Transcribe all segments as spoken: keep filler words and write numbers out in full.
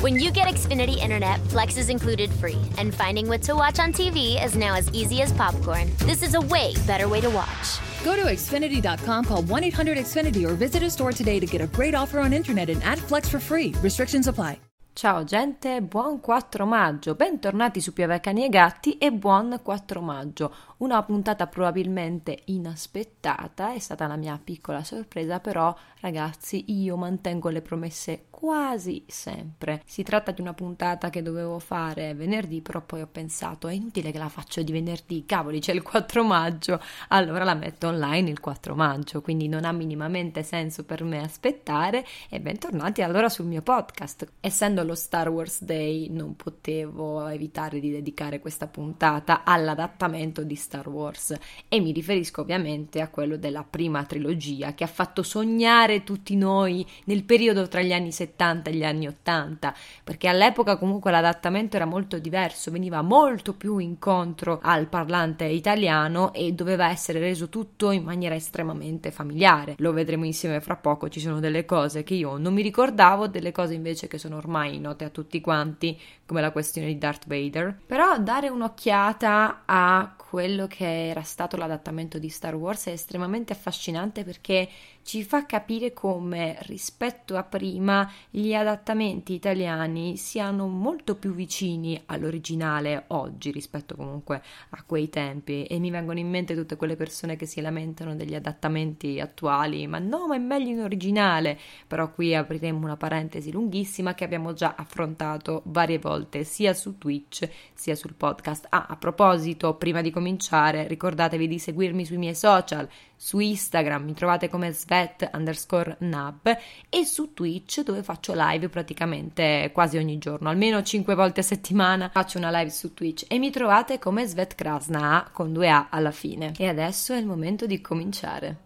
When you get Xfinity Internet, Flex is included free, and finding what to watch on T V is now as easy as popcorn. This is a way better way to watch. Go to Xfinity dot com, call one eight hundred X Finity or visit a store today to get a great offer on internet and add Flex for free. Restrictions apply. Ciao gente, buon quattro maggio, bentornati su Piove Cani e Gatti e buon quattro maggio. Una puntata probabilmente inaspettata, è stata la mia piccola sorpresa, però ragazzi io mantengo le promesse quasi sempre. Si tratta di una puntata che dovevo fare venerdì, però poi ho pensato è inutile che la faccio di venerdì, cavoli c'è il quattro maggio, allora la metto online il quattro maggio, quindi non ha minimamente senso per me aspettare e bentornati allora sul mio podcast. Essendo lo Star Wars Day non potevo evitare di dedicare questa puntata all'adattamento di Star Wars e mi riferisco ovviamente a quello della prima trilogia che ha fatto sognare tutti noi nel periodo tra gli anni settanta e gli anni ottanta, perché all'epoca comunque l'adattamento era molto diverso, veniva molto più incontro al parlante italiano e doveva essere reso tutto in maniera estremamente familiare. Lo vedremo insieme fra poco, ci sono delle cose che io non mi ricordavo, delle cose invece che sono ormai note a tutti quanti, come la questione di Darth Vader. Però dare un'occhiata a quello che era stato l'adattamento di Star Wars è estremamente affascinante perché ci fa capire come rispetto a prima gli adattamenti italiani siano molto più vicini all'originale oggi rispetto comunque a quei tempi, e mi vengono in mente tutte quelle persone che si lamentano degli adattamenti attuali, ma no, ma è meglio in originale. Però qui apriremo una parentesi lunghissima che abbiamo già affrontato varie volte sia su Twitch sia sul podcast. Ah, a proposito, prima di cominciare ricordatevi di seguirmi sui miei social. Su Instagram mi trovate come svet underscore nab e su Twitch dove faccio live praticamente quasi ogni giorno, almeno cinque volte a settimana faccio una live su Twitch e mi trovate come Svet Krasna con due A alla fine. E adesso è il momento di cominciare.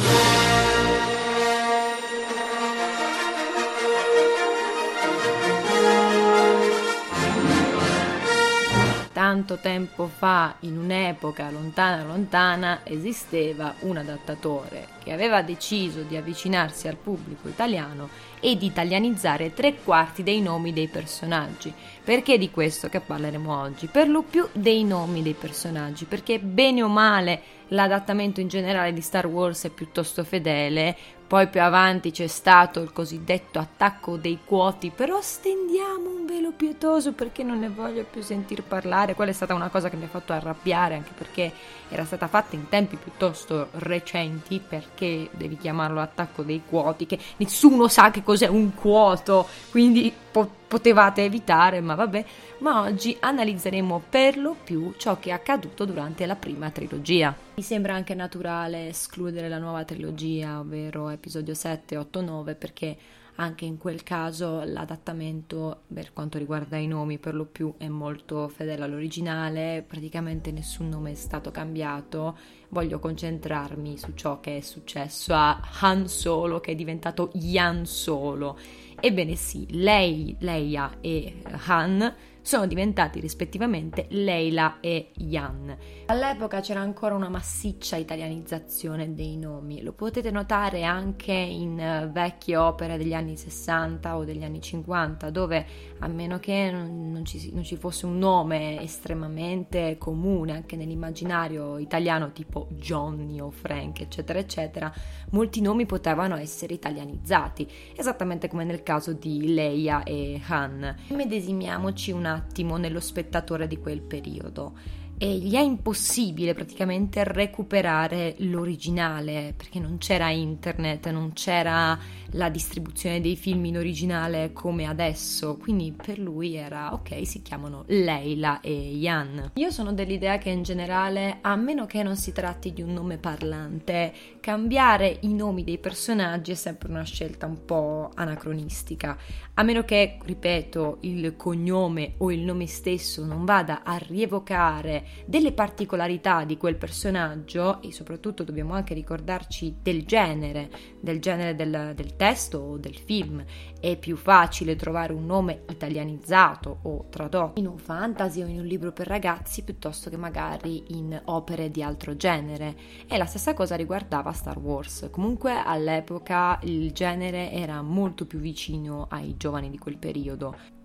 Tanto tempo fa, in un'epoca lontana lontana, esisteva un adattatore che aveva deciso di avvicinarsi al pubblico italiano e di italianizzare tre quarti dei nomi dei personaggi. Perché di questo che parleremo oggi? Per lo più dei nomi dei personaggi, perché bene o male l'adattamento in generale di Star Wars è piuttosto fedele. Poi più avanti c'è stato il cosiddetto attacco dei Quoti, però stendiamo un velo pietoso perché non ne voglio più sentir parlare. Quella è stata una cosa che mi ha fatto arrabbiare, anche perché era stata fatta in tempi piuttosto recenti. Perché devi chiamarlo attacco dei Quoti, che nessuno sa che cos'è un quoto, quindi po- potevate evitare, ma vabbè. Ma oggi analizzeremo per lo più ciò che è accaduto durante la prima trilogia. Mi sembra anche naturale escludere la nuova trilogia, ovvero episodio sette, otto, nove, perché anche in quel caso l'adattamento per quanto riguarda i nomi per lo più è molto fedele all'originale, praticamente nessun nome è stato cambiato. Voglio concentrarmi su ciò che è successo a Han Solo, che è diventato Yan Solo. Ebbene sì, lei, Leia e Han sono diventati rispettivamente Leila e Yan. All'epoca c'era ancora una massiccia italianizzazione dei nomi, lo potete notare anche in vecchie opere degli anni sessanta o degli anni cinquanta, dove a meno che non ci, non ci fosse un nome estremamente comune anche nell'immaginario italiano, tipo Johnny o Frank eccetera eccetera, molti nomi potevano essere italianizzati, esattamente come nel caso di Leia e Han. Medesimiamoci un attimo nello spettatore di quel periodo. E gli è impossibile praticamente recuperare l'originale perché non c'era internet, non c'era la distribuzione dei film in originale come adesso, quindi per lui era ok, si chiamano Leila e Yan. Io sono dell'idea che in generale, a meno che non si tratti di un nome parlante, cambiare i nomi dei personaggi è sempre una scelta un po' anacronistica, a meno che, ripeto, il cognome o il nome stesso non vada a rievocare delle particolarità di quel personaggio, e soprattutto dobbiamo anche ricordarci del genere, del genere del, del testo o del film. È più facile trovare un nome italianizzato o tradotto in un fantasy o in un libro per ragazzi piuttosto che magari in opere di altro genere, e la stessa cosa riguardava Star Wars. Comunque all'epoca il genere era molto più vicino ai giovani di quel periodo.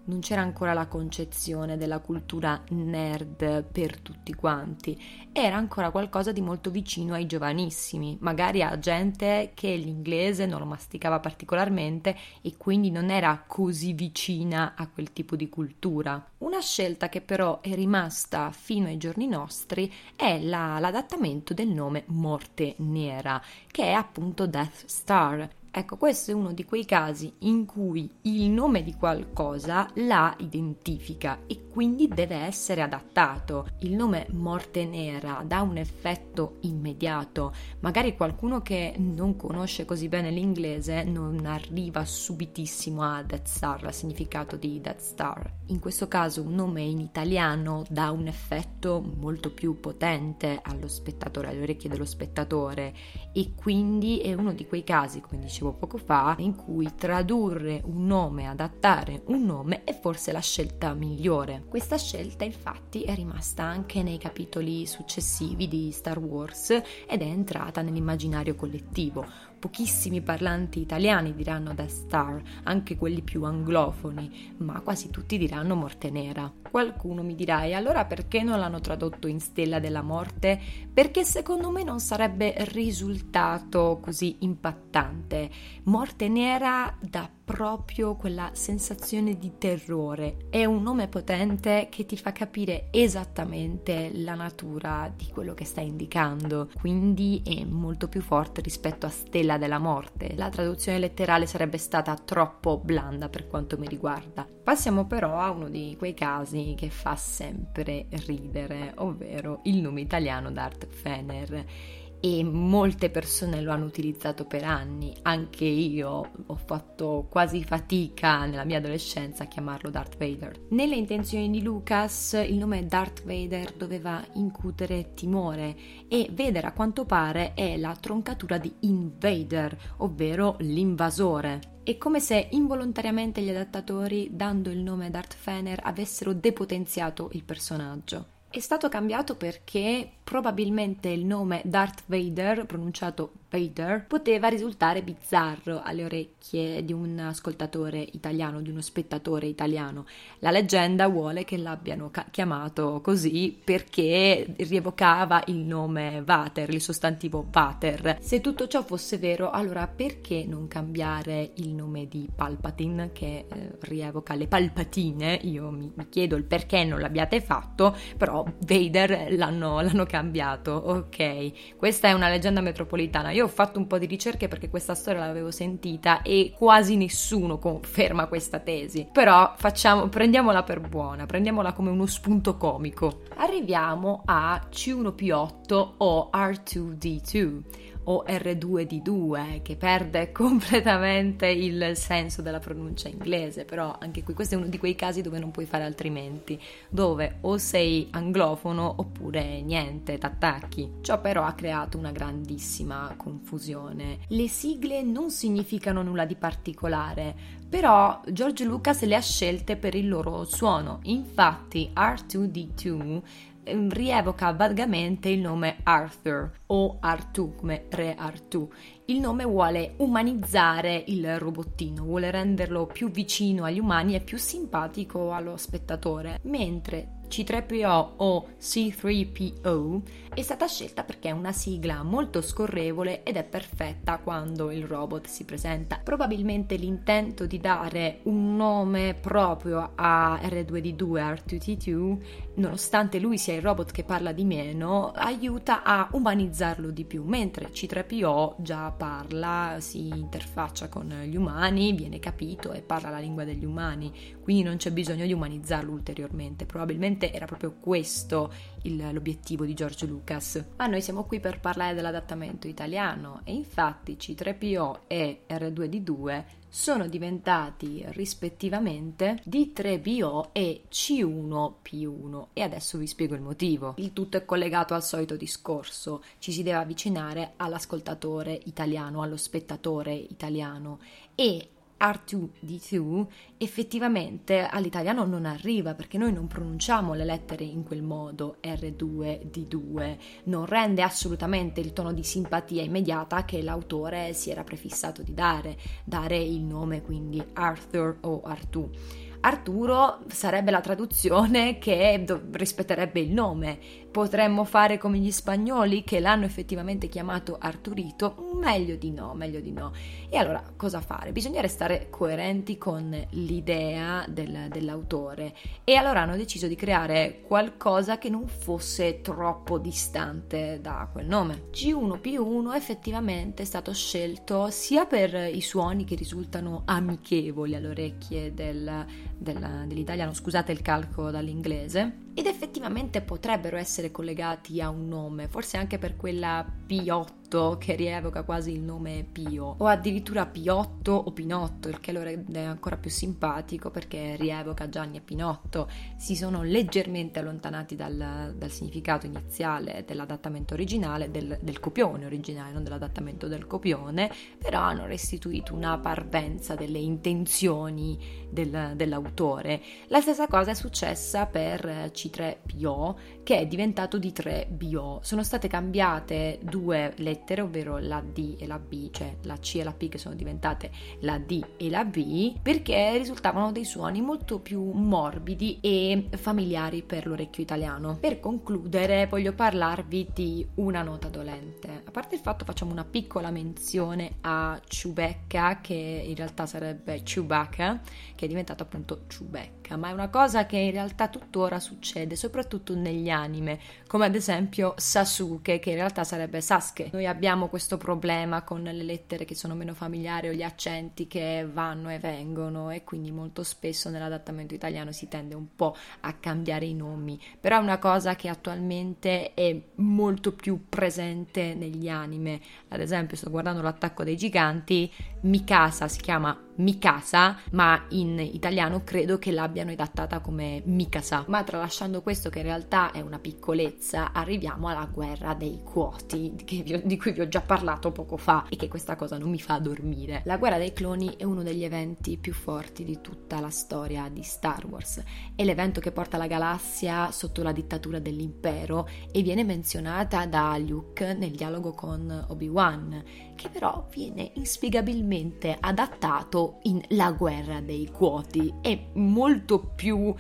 non c'era ancora la concezione della cultura nerd per tutti quanti, era ancora qualcosa di molto vicino ai giovanissimi, magari a gente che l'inglese non lo masticava particolarmente e quindi non era così vicina a quel tipo di cultura. Una scelta che però è rimasta fino ai giorni nostri è la, l'adattamento del nome Morte Nera, che è appunto Death Star. Ecco, questo è uno di quei casi in cui il nome di qualcosa la identifica e quindi deve essere adattato. Il nome Morte Nera dà un effetto immediato. Magari qualcuno che non conosce così bene l'inglese non arriva subitissimo a Death Star, al significato di Death Star. In questo caso un nome in italiano dà un effetto molto più potente allo spettatore, alle orecchie dello spettatore, e quindi è uno di quei casi, come dicevo poco fa, in cui tradurre un nome, adattare un nome è forse la scelta migliore. Questa scelta infatti è rimasta anche nei capitoli successivi di Star Wars ed è entrata nell'immaginario collettivo. Pochissimi parlanti italiani diranno Death Star, anche quelli più anglofoni, ma quasi tutti diranno Morte Nera. Qualcuno mi dirà: e allora perché non l'hanno tradotto in Stella della Morte? Perché secondo me non sarebbe risultato così impattante. Morte Nera dà proprio quella sensazione di terrore. È un nome potente che ti fa capire esattamente la natura di quello che sta indicando, quindi è molto più forte rispetto a Stella della Morte. La traduzione letterale sarebbe stata troppo blanda per quanto mi riguarda. Passiamo però a uno di quei casi che fa sempre ridere, ovvero il nome italiano Darth Fener. E molte persone lo hanno utilizzato per anni, anche io ho fatto quasi fatica nella mia adolescenza a chiamarlo Darth Vader. Nelle intenzioni di Lucas il nome Darth Vader doveva incutere timore e Vader a quanto pare è la troncatura di invader, ovvero l'invasore. È come se involontariamente gli adattatori, dando il nome Darth Fener, avessero depotenziato il personaggio. È stato cambiato perché probabilmente il nome Darth Vader, pronunciato Vader, poteva risultare bizzarro alle orecchie di un ascoltatore italiano, di uno spettatore italiano. La leggenda vuole che l'abbiano ca- chiamato così perché rievocava il nome Vater, il sostantivo Vater. Se tutto ciò fosse vero, allora perché non cambiare il nome di Palpatine, che eh, rievoca le palpatine? Io mi, mi chiedo il perché non l'abbiate fatto, però Vader l'hanno, l'hanno cambiato. Ok, questa è una leggenda metropolitana. Io ho fatto un po' di ricerche perché questa storia l'avevo sentita e quasi nessuno conferma questa tesi, però facciamo, prendiamola per buona, prendiamola come uno spunto comico. Arriviamo a C uno P otto o R due D due o R due D due, che perde completamente il senso della pronuncia inglese, però anche qui questo è uno di quei casi dove non puoi fare altrimenti, dove o sei anglofono oppure niente, t'attacchi. Ciò però ha creato una grandissima confusione. Le sigle non significano nulla di particolare, però George Lucas le ha scelte per il loro suono. Infatti R due D due rievoca vagamente il nome Arthur o Artù, come re Artù. Il nome vuole umanizzare il robottino, vuole renderlo più vicino agli umani e più simpatico allo spettatore, mentre C tre P O o C tre P O è stata scelta perché è una sigla molto scorrevole ed è perfetta quando il robot si presenta. Probabilmente l'intento di dare un nome proprio a R due D due, R due D due, nonostante lui sia il robot che parla di meno, aiuta a umanizzarlo di più, mentre C tre P O già parla, si interfaccia con gli umani, viene capito e parla la lingua degli umani, quindi non c'è bisogno di umanizzarlo ulteriormente. Probabilmente era proprio questo il, l'obiettivo di George Lucas. Ma noi siamo qui per parlare dell'adattamento italiano e infatti C tre P O e R due D due sono diventati rispettivamente D tre B O e C uno P uno e adesso vi spiego il motivo. Il tutto è collegato al solito discorso, ci si deve avvicinare all'ascoltatore italiano, allo spettatore italiano, e R due D due effettivamente all'italiano non arriva perché noi non pronunciamo le lettere in quel modo. R due D due non rende assolutamente il tono di simpatia immediata che l'autore si era prefissato di dare, dare il nome quindi Arthur o Artù. Arturo sarebbe la traduzione che do- rispetterebbe il nome. Potremmo fare come gli spagnoli che l'hanno effettivamente chiamato Arturito? Meglio di no, meglio di no. E allora cosa fare? Bisogna restare coerenti con l'idea del, dell'autore, e allora hanno deciso di creare qualcosa che non fosse troppo distante da quel nome. G uno P uno effettivamente è stato scelto sia per i suoni che risultano amichevoli alle orecchie del, del, dell'italiano, scusate il calco dall'inglese, ed effettivamente potrebbero essere collegati a un nome, forse anche per quella P otto che rievoca quasi il nome Pio, o addirittura Piotto o Pinotto, il che lo rende ancora più simpatico perché rievoca Gianni e Pinotto. Si sono leggermente allontanati dal, dal significato iniziale dell'adattamento originale, del, del copione originale, non dell'adattamento del copione, però hanno restituito una parvenza delle intenzioni del, dell'autore. La stessa cosa è successa per C tre P O, che è diventato D tre B O. Sono state cambiate due lettere, ovvero la D e la B, cioè la C e la P che sono diventate la D e la B, perché risultavano dei suoni molto più morbidi e familiari per l'orecchio italiano. Per concludere voglio parlarvi di una nota dolente. A parte il fatto, facciamo una piccola menzione a Chewbacca, che in realtà sarebbe Chewbacca, che è diventato appunto Chewbacca, ma è una cosa che in realtà tuttora succede, soprattutto negli anime, come ad esempio Sasuke, che in realtà sarebbe Sasuke. Noi abbiamo questo problema con le lettere che sono meno familiari o gli accenti che vanno e vengono, e quindi molto spesso nell'adattamento italiano si tende un po' a cambiare i nomi, però è una cosa che attualmente è molto più presente negli anime. Ad esempio sto guardando l'Attacco dei Giganti, Mikasa si chiama Mikasa, ma in italiano credo che l'abbiano adattata come Mikasa. Ma tralasciando questo, che in realtà è una piccolezza, arriviamo alla guerra dei Quoti, che vi ho, di cui vi ho già parlato poco fa, e che questa cosa non mi fa dormire. La guerra dei cloni è uno degli eventi più forti di tutta la storia di Star Wars. È l'evento che porta la galassia sotto la dittatura dell'impero e viene menzionata da Luke nel dialogo con Obi-Wan, che però viene inspiegabilmente adattato in La guerra dei Quoti. È molto più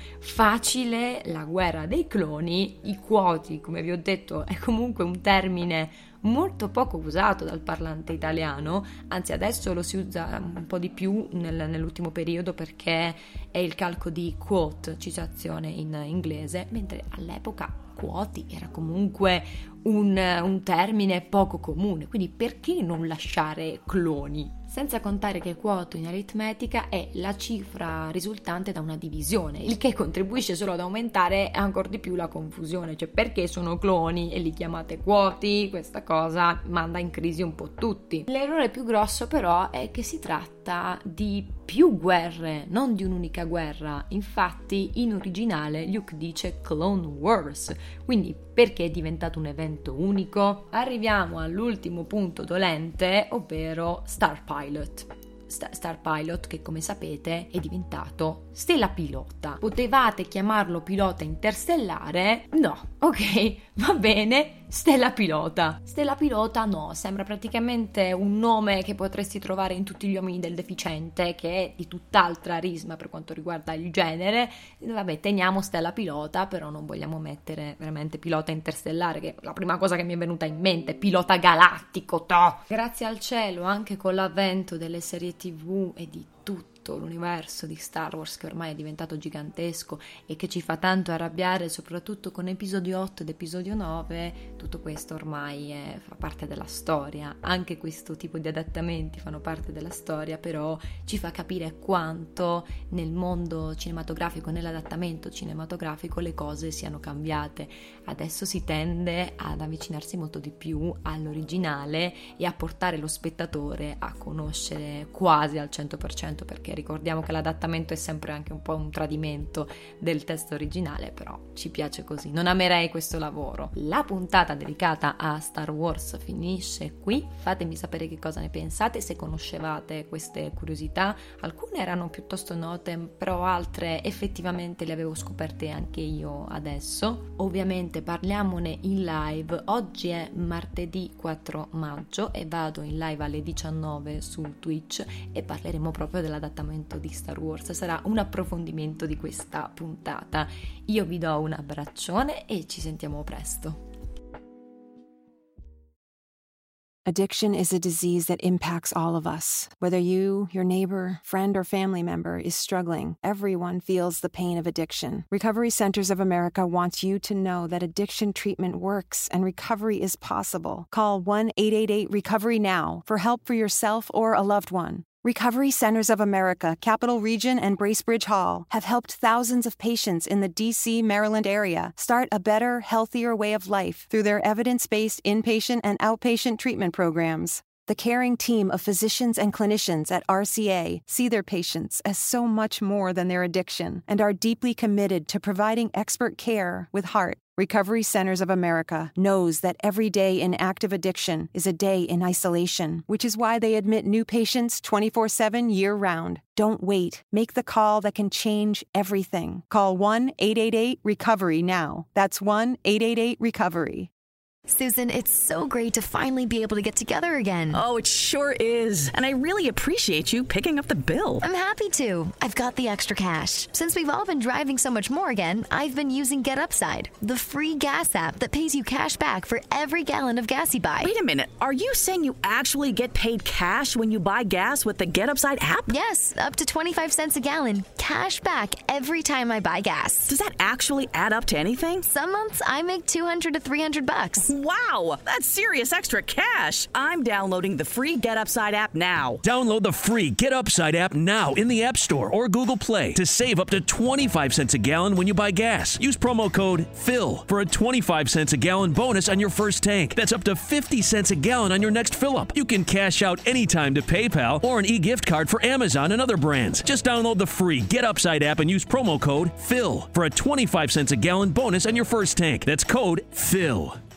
facile la guerra dei cloni. I Quoti, come vi ho detto, è comunque un termine molto poco usato dal parlante italiano, anzi adesso lo si usa un po' di più nel, nell'ultimo periodo, perché è il calco di quote, citazione in inglese, mentre all'epoca quoti era comunque un, un termine poco comune, quindi perché non lasciare cloni? Senza contare che quoto in aritmetica è la cifra risultante da una divisione, il che contribuisce solo ad aumentare ancora di più la confusione, cioè perché sono cloni e li chiamate quoti? Questa cosa manda in crisi un po' tutti. L'errore più grosso però è che si tratta di più guerre, non di un'unica guerra. Infatti in originale Luke dice Clone Wars, quindi perché è diventato un evento unico? Arriviamo all'ultimo punto dolente, ovvero Star Pilot. Star Pilot, che come sapete è diventato Stella Pilota. Potevate chiamarlo pilota interstellare? No, ok, va bene, Stella Pilota. Stella Pilota no, sembra praticamente un nome che potresti trovare in Tutti gli uomini del deficiente, che è di tutt'altra risma per quanto riguarda il genere. Vabbè, teniamo Stella Pilota, però non vogliamo mettere veramente pilota interstellare, che la prima cosa che mi è venuta in mente, pilota galattico, toh! Grazie al cielo, anche con l'avvento delle serie tivù e di tutto l'universo di Star Wars, che ormai è diventato gigantesco e che ci fa tanto arrabbiare, soprattutto con episodio otto ed episodio nove, tutto questo ormai è, fa parte della storia. Anche questo tipo di adattamenti fanno parte della storia, però ci fa capire quanto nel mondo cinematografico, nell'adattamento cinematografico, le cose siano cambiate. Adesso si tende ad avvicinarsi molto di più all'originale e a portare lo spettatore a conoscere quasi al cento per cento, perché ricordiamo che l'adattamento è sempre anche un po' un tradimento del testo originale, però ci piace così, non amerei questo lavoro. La puntata dedicata a Star Wars finisce qui. Fatemi sapere che cosa ne pensate, se conoscevate queste curiosità. Alcune erano piuttosto note, però altre effettivamente le avevo scoperte anche io adesso. Ovviamente parliamone in live. Oggi è martedì quattro maggio e vado in live alle diciannove su Twitch e parleremo proprio dell'adattamento trattamento di Star Wars, sarà un approfondimento di questa puntata. Io vi do un abbraccione e ci sentiamo presto. Addiction is a disease that impacts all of us. Whether you, your neighbor, friend, or family member is struggling, everyone feels the pain of addiction. Recovery Centers of America wants you to know that addiction treatment works and recovery is possible. Call one eight eight eight recovery now for help for yourself or a loved one. Recovery Centers of America, Capital Region, and Bracebridge Hall have helped thousands of patients in the D C, Maryland area start a better, healthier way of life through their evidence-based inpatient and outpatient treatment programs. The caring team of physicians and clinicians at R C A see their patients as so much more than their addiction and are deeply committed to providing expert care with heart. Recovery Centers of America knows that every day in active addiction is a day in isolation, which is why they admit new patients twenty-four seven year-round. Don't wait. Make the call that can change everything. Call one eight eight eight recovery now. That's one eight eight eight recovery. Susan, it's so great to finally be able to get together again. Oh, it sure is. And I really appreciate you picking up the bill. I'm happy to. I've got the extra cash. Since we've all been driving so much more again, I've been using Get Upside, the free gas app that pays you cash back for every gallon of gas you buy. Wait a minute. Are you saying you actually get paid cash when you buy gas with the Get Upside app? Yes, up to twenty-five cents a gallon. Cash back every time I buy gas. Does that actually add up to anything? Some months I make two hundred to three hundred bucks. Wow, that's serious extra cash. I'm downloading the free Get Upside app now. Download the free Get Upside app now in the App Store or Google Play to save up to twenty-five cents a gallon when you buy gas. Use promo code PHIL for a twenty-five cents a gallon bonus on your first tank. That's up to fifty cents a gallon on your next fill-up. You can cash out anytime to PayPal or an e-gift card for Amazon and other brands. Just download the free Get Upside app and use promo code PHIL for a twenty-five cents a gallon bonus on your first tank. That's code PHIL.